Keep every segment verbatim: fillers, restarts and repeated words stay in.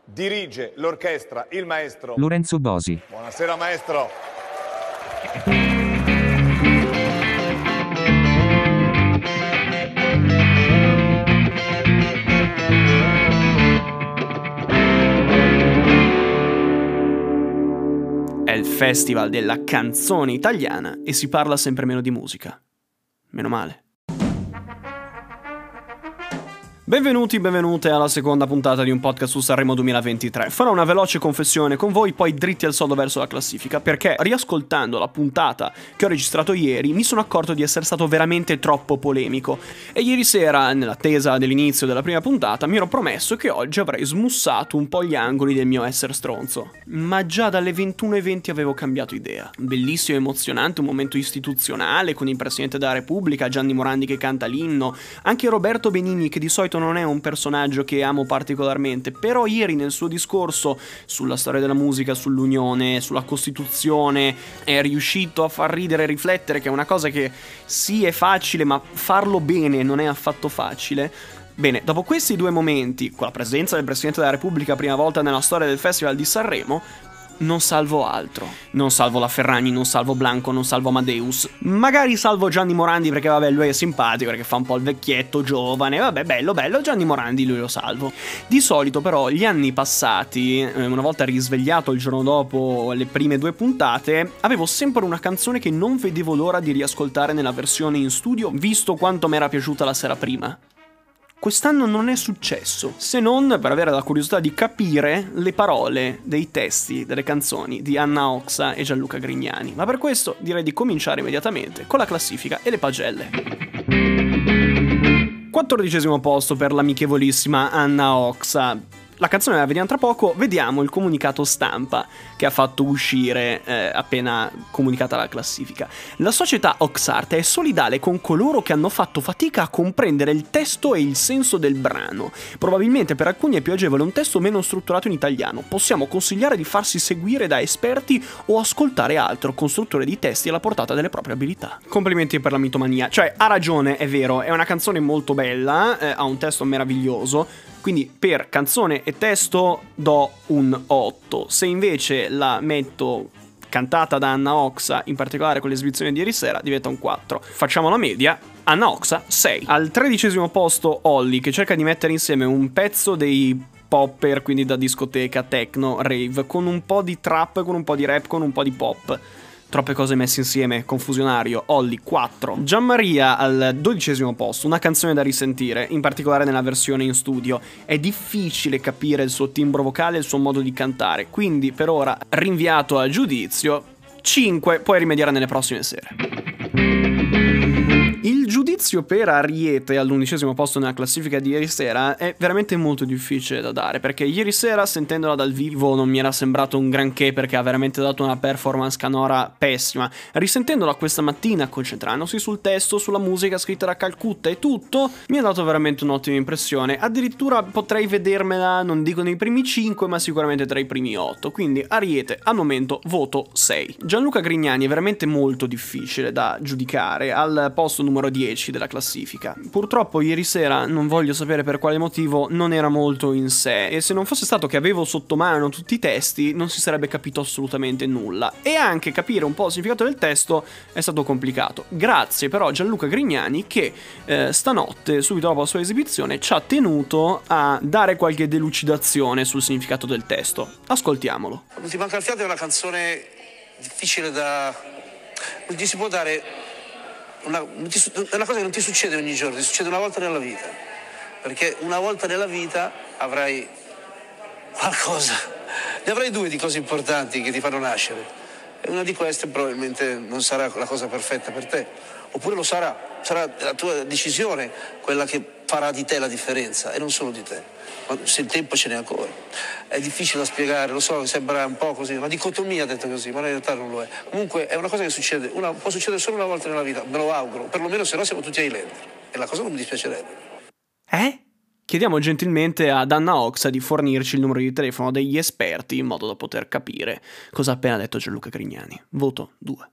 Dirige l'orchestra il maestro Lorenzo Bosi. Buonasera maestro. È il festival della canzone italiana e si parla sempre meno di musica. Meno male. Benvenuti, benvenute alla seconda puntata di un podcast su Sanremo duemilaventitré. Farò una veloce confessione con voi, poi dritti al sodo verso la classifica, perché riascoltando la puntata che ho registrato ieri mi sono accorto di essere stato veramente troppo polemico. E ieri sera, nell'attesa dell'inizio della prima puntata, mi ero promesso che oggi avrei smussato un po' gli angoli del mio essere stronzo. Ma già dalle ventuno e venti avevo cambiato idea. Bellissimo e emozionante, un momento istituzionale con il Presidente della Repubblica, Gianni Morandi che canta l'inno, anche Roberto Benigni che di solito non è un personaggio che amo particolarmente, però ieri nel suo discorso sulla storia della musica, sull'unione, sulla Costituzione, è riuscito a far ridere e riflettere, che è una cosa che sì è facile, ma farlo bene non è affatto facile. Bene, dopo questi due momenti, con la presenza del Presidente della Repubblica prima volta nella storia del Festival di Sanremo, non salvo altro. Non salvo la Ferragni, non salvo Blanco, non salvo Amadeus. Magari salvo Gianni Morandi perché vabbè lui è simpatico, perché fa un po' il vecchietto giovane. Vabbè, bello, bello, Gianni Morandi lui lo salvo. Di solito però gli anni passati, una volta risvegliato il giorno dopo le prime due puntate, avevo sempre una canzone che non vedevo l'ora di riascoltare nella versione in studio, visto quanto mi era piaciuta la sera prima. Quest'anno non è successo, se non per avere la curiosità di capire le parole dei testi delle canzoni di Anna Oxa e Gianluca Grignani. Ma per questo direi di cominciare immediatamente con la classifica e le pagelle. quattordicesimo posto per l'amichevolissima Anna Oxa. La canzone la vediamo tra poco, vediamo il comunicato stampa che ha fatto uscire eh, appena comunicata la classifica. La società Oxarte è solidale con coloro che hanno fatto fatica a comprendere il testo e il senso del brano. Probabilmente per alcuni è più agevole un testo meno strutturato in italiano. Possiamo consigliare di farsi seguire da esperti o ascoltare altro costruttore di testi alla portata delle proprie abilità. Complimenti per la mitomania. Cioè, ha ragione, è vero, è una canzone molto bella, eh, ha un testo meraviglioso. Quindi per canzone e testo do un otto. Se invece la metto cantata da Anna Oxa, in particolare con l'esibizione di ieri sera, diventa un quattro. Facciamo la media. Anna Oxa sei. Al tredicesimo posto Olly, che cerca di mettere insieme un pezzo dei popper, quindi da discoteca, techno, rave, con un po' di trap, con un po' di rap, con un po' di pop. Troppe cose messe insieme, confusionario. Olly quattro. Gianmaria al dodicesimo posto, una canzone da risentire, in particolare nella versione in studio. È difficile capire il suo timbro vocale e il suo modo di cantare, quindi per ora rinviato a giudizio. cinque, puoi rimediare nelle prossime sere. Il giudizio per Ariete all'undicesimo posto nella classifica di ieri sera è veramente molto difficile da dare, perché ieri sera sentendola dal vivo non mi era sembrato un granché, perché ha veramente dato una performance canora pessima. Risentendola questa mattina, concentrandosi sul testo, sulla musica scritta da Calcutta e tutto, mi ha dato veramente un'ottima impressione. Addirittura potrei vedermela, non dico nei primi cinque, ma sicuramente tra i primi otto. Quindi Ariete al momento voto sei. Gianluca Grignani è veramente molto difficile da giudicare, al posto numero dieci della classifica. Purtroppo ieri sera, non voglio sapere per quale motivo, non era molto in sé, e se non fosse stato che avevo sotto mano tutti i testi non si sarebbe capito assolutamente nulla, e anche capire un po' il significato del testo è stato complicato. Grazie però a Gianluca Grignani che eh, stanotte, subito dopo la sua esibizione, ci ha tenuto a dare qualche delucidazione sul significato del testo. Ascoltiamolo. Non ti manca il fiato è una canzone difficile da... non ti si può dare... Una, è una cosa che non ti succede ogni giorno, ti succede una volta nella vita, perché una volta nella vita avrai qualcosa, ne avrai due di cose importanti che ti fanno nascere, e una di queste probabilmente non sarà la cosa perfetta per te, oppure lo sarà, sarà la tua decisione quella che farà di te la differenza, e non solo di te, se il tempo ce n'è ancora. È difficile da spiegare, lo so, sembra un po' così, una dicotomia detto così, ma in realtà non lo è. Comunque è una cosa che succede, una, può succedere solo una volta nella vita, me lo auguro, perlomeno se no siamo tutti Highlander, e la cosa non mi dispiacerebbe. Eh? Chiediamo gentilmente ad Anna Oxa di fornirci il numero di telefono degli esperti in modo da poter capire cosa ha appena detto Gianluca Grignani. Voto due.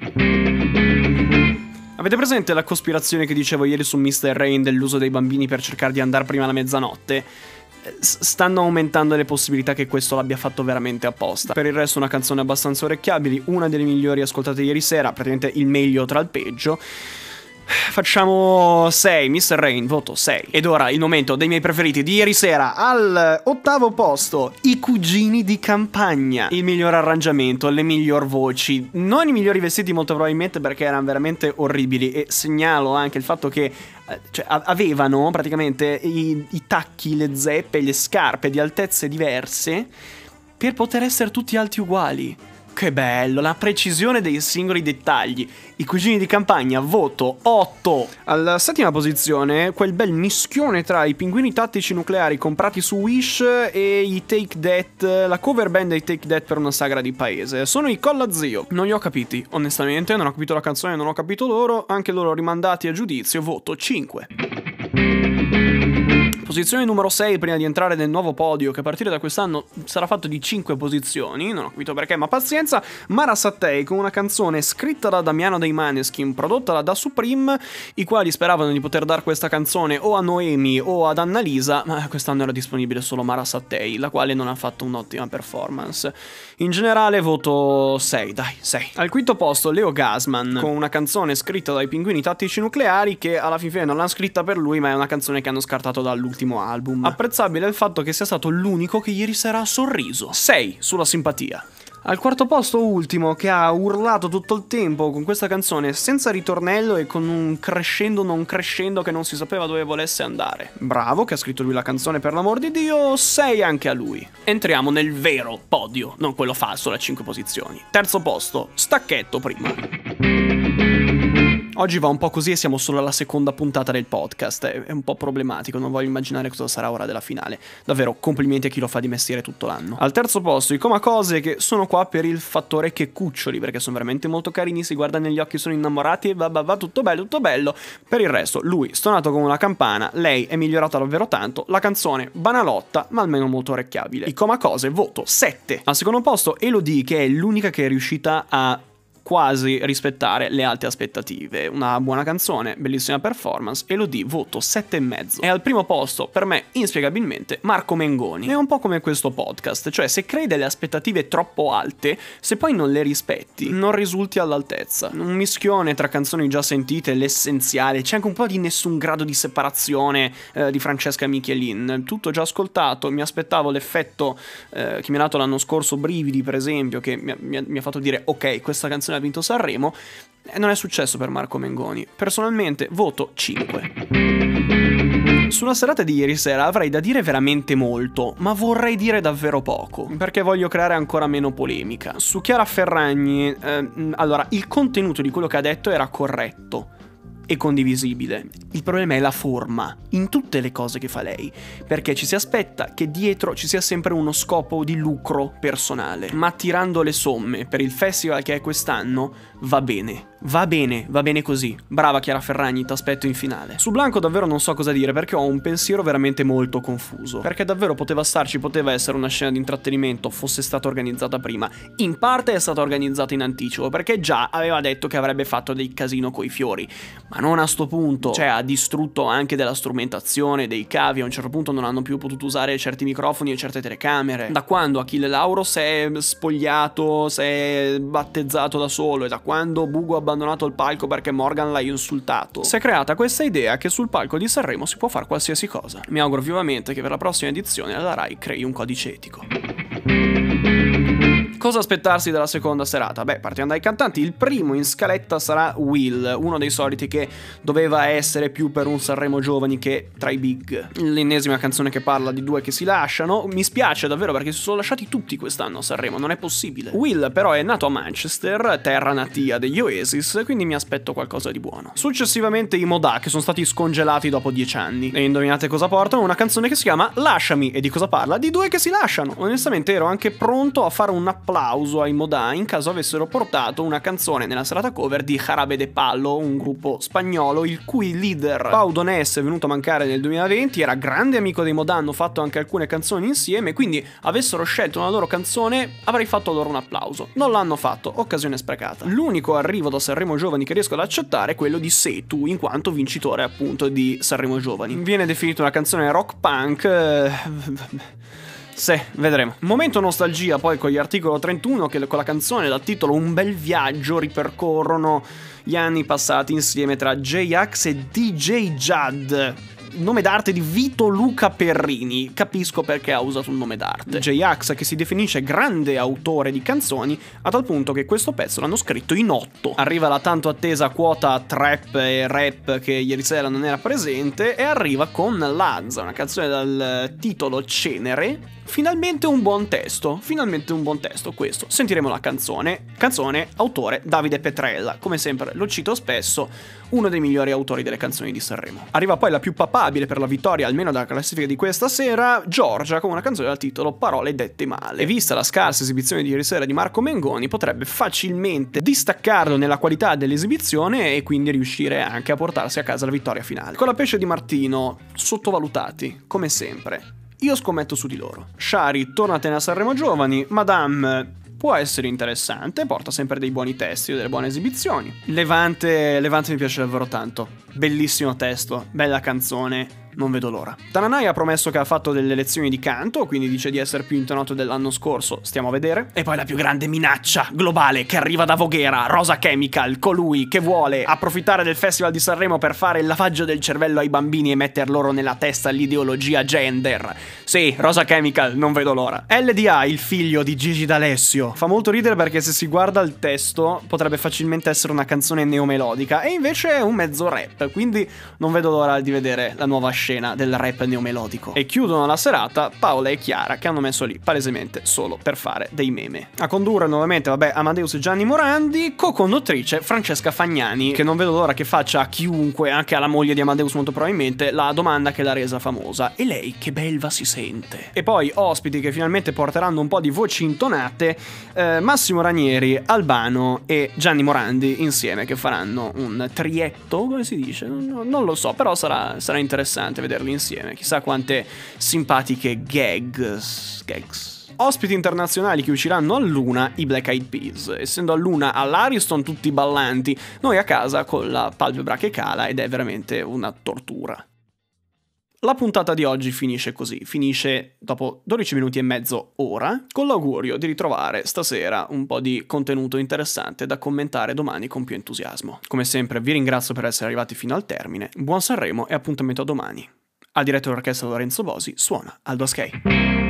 Avete presente la cospirazione che dicevo ieri su mister Rain dell'uso dei bambini per cercare di andare prima alla mezzanotte? stanno aumentando le possibilità che questo l'abbia fatto veramente apposta. Per il resto una canzone abbastanza orecchiabili, una delle migliori ascoltate ieri sera, praticamente il meglio tra il peggio. Facciamo sei, mister Rain, voto sei. Ed ora il momento dei miei preferiti di ieri sera. Al ottavo posto, I Cugini di Campagna. Il miglior arrangiamento, le miglior voci, non i migliori vestiti molto probabilmente perché erano veramente orribili. E segnalo anche il fatto che cioè, avevano praticamente i, i tacchi, le zeppe, le scarpe di altezze diverse per poter essere tutti alti uguali. Che bello, la precisione dei singoli dettagli. I Cugini di Campagna, voto otto. Alla settima posizione, quel bel mischione tra i pinguini tattici nucleari comprati su Wish e i Take That, la cover band dei Take That per una sagra di paese. Sono i Colla Zio. Non li ho capiti, onestamente, non ho capito la canzone, non ho capito loro, anche loro rimandati a giudizio, voto cinque. Posizione numero sei, prima di entrare nel nuovo podio che a partire da quest'anno sarà fatto di cinque posizioni, non ho capito perché, ma pazienza. Mara Sattei con una canzone scritta da Damiano dei Maneskin, prodotta da Supreme, i quali speravano di poter dare questa canzone o a Noemi o ad Annalisa, ma quest'anno era disponibile solo Mara Sattei, la quale non ha fatto un'ottima performance. In generale voto sei, dai, sei. Al quinto posto Leo Gasman con una canzone scritta dai Pinguini Tattici Nucleari che alla fin fine non l'hanno scritta per lui, ma è una canzone che hanno scartato dall'ultimo album. Apprezzabile il fatto che sia stato l'unico che ieri sera ha sorriso. sei sulla simpatia. Al quarto posto ultimo, che ha urlato tutto il tempo con questa canzone senza ritornello e con un crescendo non crescendo che non si sapeva dove volesse andare. Bravo, che ha scritto lui la canzone, per l'amor di Dio, sei anche a lui. Entriamo nel vero podio, non quello falso da cinque posizioni. Terzo posto, Stacchetto prima. Oggi va un po' così e siamo solo alla seconda puntata del podcast, è un po' problematico, non voglio immaginare cosa sarà ora della finale. Davvero, complimenti a chi lo fa di mestiere tutto l'anno. Al terzo posto, i Comacose, che sono qua per il fattore che cuccioli, perché sono veramente molto carini, si guarda negli occhi, sono innamorati e va va va, tutto bello, tutto bello. Per il resto, lui, stonato come una campana, lei è migliorata davvero tanto, la canzone banalotta, ma almeno molto orecchiabile. I Comacose, voto sette. Al secondo posto, Elodie, che è l'unica che è riuscita a quasi rispettare le alte aspettative. Una buona canzone, bellissima performance, Elodie, voto sette e mezzo. E al primo posto, per me, inspiegabilmente, Marco Mengoni. È un po' come questo podcast, cioè se crei delle aspettative troppo alte, se poi non le rispetti, non risulti all'altezza. Un mischione tra canzoni già sentite, l'essenziale, c'è anche un po' di Nessun grado di separazione eh, di Francesca Michelin, tutto già ascoltato, mi aspettavo l'effetto eh, che mi ha dato l'anno scorso, Brividi per esempio, che mi ha, mi ha, mi ha fatto dire ok, questa canzone ha vinto Sanremo, e non è successo per Marco Mengoni. Personalmente voto cinque. Sulla serata di ieri sera avrei da dire veramente molto, ma vorrei dire davvero poco, perché voglio creare ancora meno polemica. Su Chiara Ferragni, eh, allora, il contenuto di quello che ha detto era corretto e condivisibile. Il problema è la forma, in tutte le cose che fa lei, perché ci si aspetta che dietro ci sia sempre uno scopo di lucro personale, ma tirando le somme per il festival che è quest'anno va bene. Va bene, va bene così. Brava Chiara Ferragni, t'aspetto in finale. Su Blanco davvero non so cosa dire, perché ho un pensiero veramente molto confuso. Perché davvero poteva starci, poteva essere una scena di intrattenimento, fosse stata organizzata prima. In parte è stata organizzata in anticipo, perché già aveva detto che avrebbe fatto dei casino coi fiori. Ma non a sto punto. Cioè, ha distrutto anche della strumentazione, dei cavi. A un certo punto non hanno più potuto usare certi microfoni e certe telecamere. Da quando Achille Lauro si è spogliato, si è battezzato da solo, e da quando Bugo ha abbandonato il palco perché Morgan l'ha insultato, si è creata questa idea che sul palco di Sanremo si può fare qualsiasi cosa. Mi auguro vivamente che per la prossima edizione la Rai crei un codice etico. Cosa aspettarsi dalla seconda serata? Beh, partiamo dai cantanti. Il primo in scaletta sarà Will, uno dei soliti che doveva essere più per un Sanremo giovani che tra i big. L'ennesima canzone che parla di due che si lasciano. Mi spiace davvero perché si sono lasciati tutti quest'anno a Sanremo, non è possibile. Will però è nato a Manchester, terra natia degli Oasis, quindi mi aspetto qualcosa di buono. Successivamente i Modà, che sono stati scongelati dopo dieci anni. E indovinate cosa portano? Una canzone che si chiama Lasciami. E di cosa parla? Di due che si lasciano. Onestamente ero anche pronto a fare un appello applauso ai Modà in caso avessero portato una canzone nella serata cover di Jarabe de Palo, un gruppo spagnolo il cui leader Pau Donés è venuto a mancare nel duemilaventi, era grande amico dei Modà, hanno fatto anche alcune canzoni insieme, quindi avessero scelto una loro canzone avrei fatto loro un applauso. Non l'hanno fatto, occasione sprecata. L'unico arrivo da Sanremo Giovani che riesco ad accettare è quello di Setu, in quanto vincitore appunto di Sanremo Giovani. Viene definita una canzone rock punk. Eh... Sì, vedremo. Momento nostalgia poi con gli Articolo trentuno che con la canzone dal titolo Un bel viaggio ripercorrono gli anni passati insieme tra J-Ax e D J Judd. Nome d'arte di Vito Luca Perrini. Capisco perché ha usato un nome d'arte. J-Ax che si definisce grande autore di canzoni, a tal punto che questo pezzo l'hanno scritto in otto. Arriva la tanto attesa quota trap e rap che ieri sera non era presente e arriva con Lazza, una canzone dal titolo Cenere. Finalmente un buon testo, finalmente un buon testo questo. Sentiremo la canzone. Canzone, autore Davide Petrella. Come sempre lo cito spesso, uno dei migliori autori delle canzoni di Sanremo. Arriva poi la più papabile per la vittoria, almeno dalla classifica di questa sera, Giorgia, con una canzone dal titolo Parole dette male. E vista la scarsa esibizione di ieri sera di Marco Mengoni, potrebbe facilmente distaccarlo nella qualità dell'esibizione e quindi riuscire anche a portarsi a casa la vittoria finale. Con la pesce di Martino, sottovalutati, come sempre. Io scommetto su di loro. Shari, tornatene a Sanremo Giovani. Madame può essere interessante, porta sempre dei buoni testi, delle buone esibizioni. Levante, Levante mi piace davvero tanto. Bellissimo testo, bella canzone. Non vedo l'ora. Tananai ha promesso che ha fatto delle lezioni di canto, quindi dice di essere più intonato dell'anno scorso, stiamo a vedere. E poi la più grande minaccia globale che arriva da Voghera, Rosa Chemical, colui che vuole approfittare del Festival di Sanremo per fare il lavaggio del cervello ai bambini e metter loro nella testa l'ideologia gender. Sì, Rosa Chemical, non vedo l'ora. L D A, il figlio di Gigi D'Alessio. Fa molto ridere perché se si guarda il testo potrebbe facilmente essere una canzone neomelodica e invece è un mezzo rap, quindi non vedo l'ora di vedere la nuova scena del rap neomelodico. E chiudono la serata Paola e Chiara, che hanno messo lì palesemente solo per fare dei meme. A condurre nuovamente, vabbè, Amadeus e Gianni Morandi, co-conduttrice Francesca Fagnani, che non vedo l'ora che faccia a chiunque, anche alla moglie di Amadeus molto probabilmente, la domanda che l'ha resa famosa: e lei che belva si sente? E poi ospiti che finalmente porteranno un po' di voci intonate, eh, Massimo Ranieri, Albano e Gianni Morandi insieme, che faranno un trietto, come si dice? Non, non lo so, però sarà, sarà interessante vederli insieme, chissà quante simpatiche gags, gags. Ospiti internazionali che usciranno a Luna, i Black Eyed Peas. Essendo a Luna all'Ariston tutti ballanti, noi a casa con la palpebra che cala ed è veramente una tortura. La puntata di oggi finisce così, finisce dopo dodici minuti e mezzo ora, con l'augurio di ritrovare stasera un po' di contenuto interessante da commentare domani con più entusiasmo. Come sempre vi ringrazio per essere arrivati fino al termine, buon Sanremo e appuntamento a domani. Al direttore d'orchestra Lorenzo Bosi suona Aldo Askey.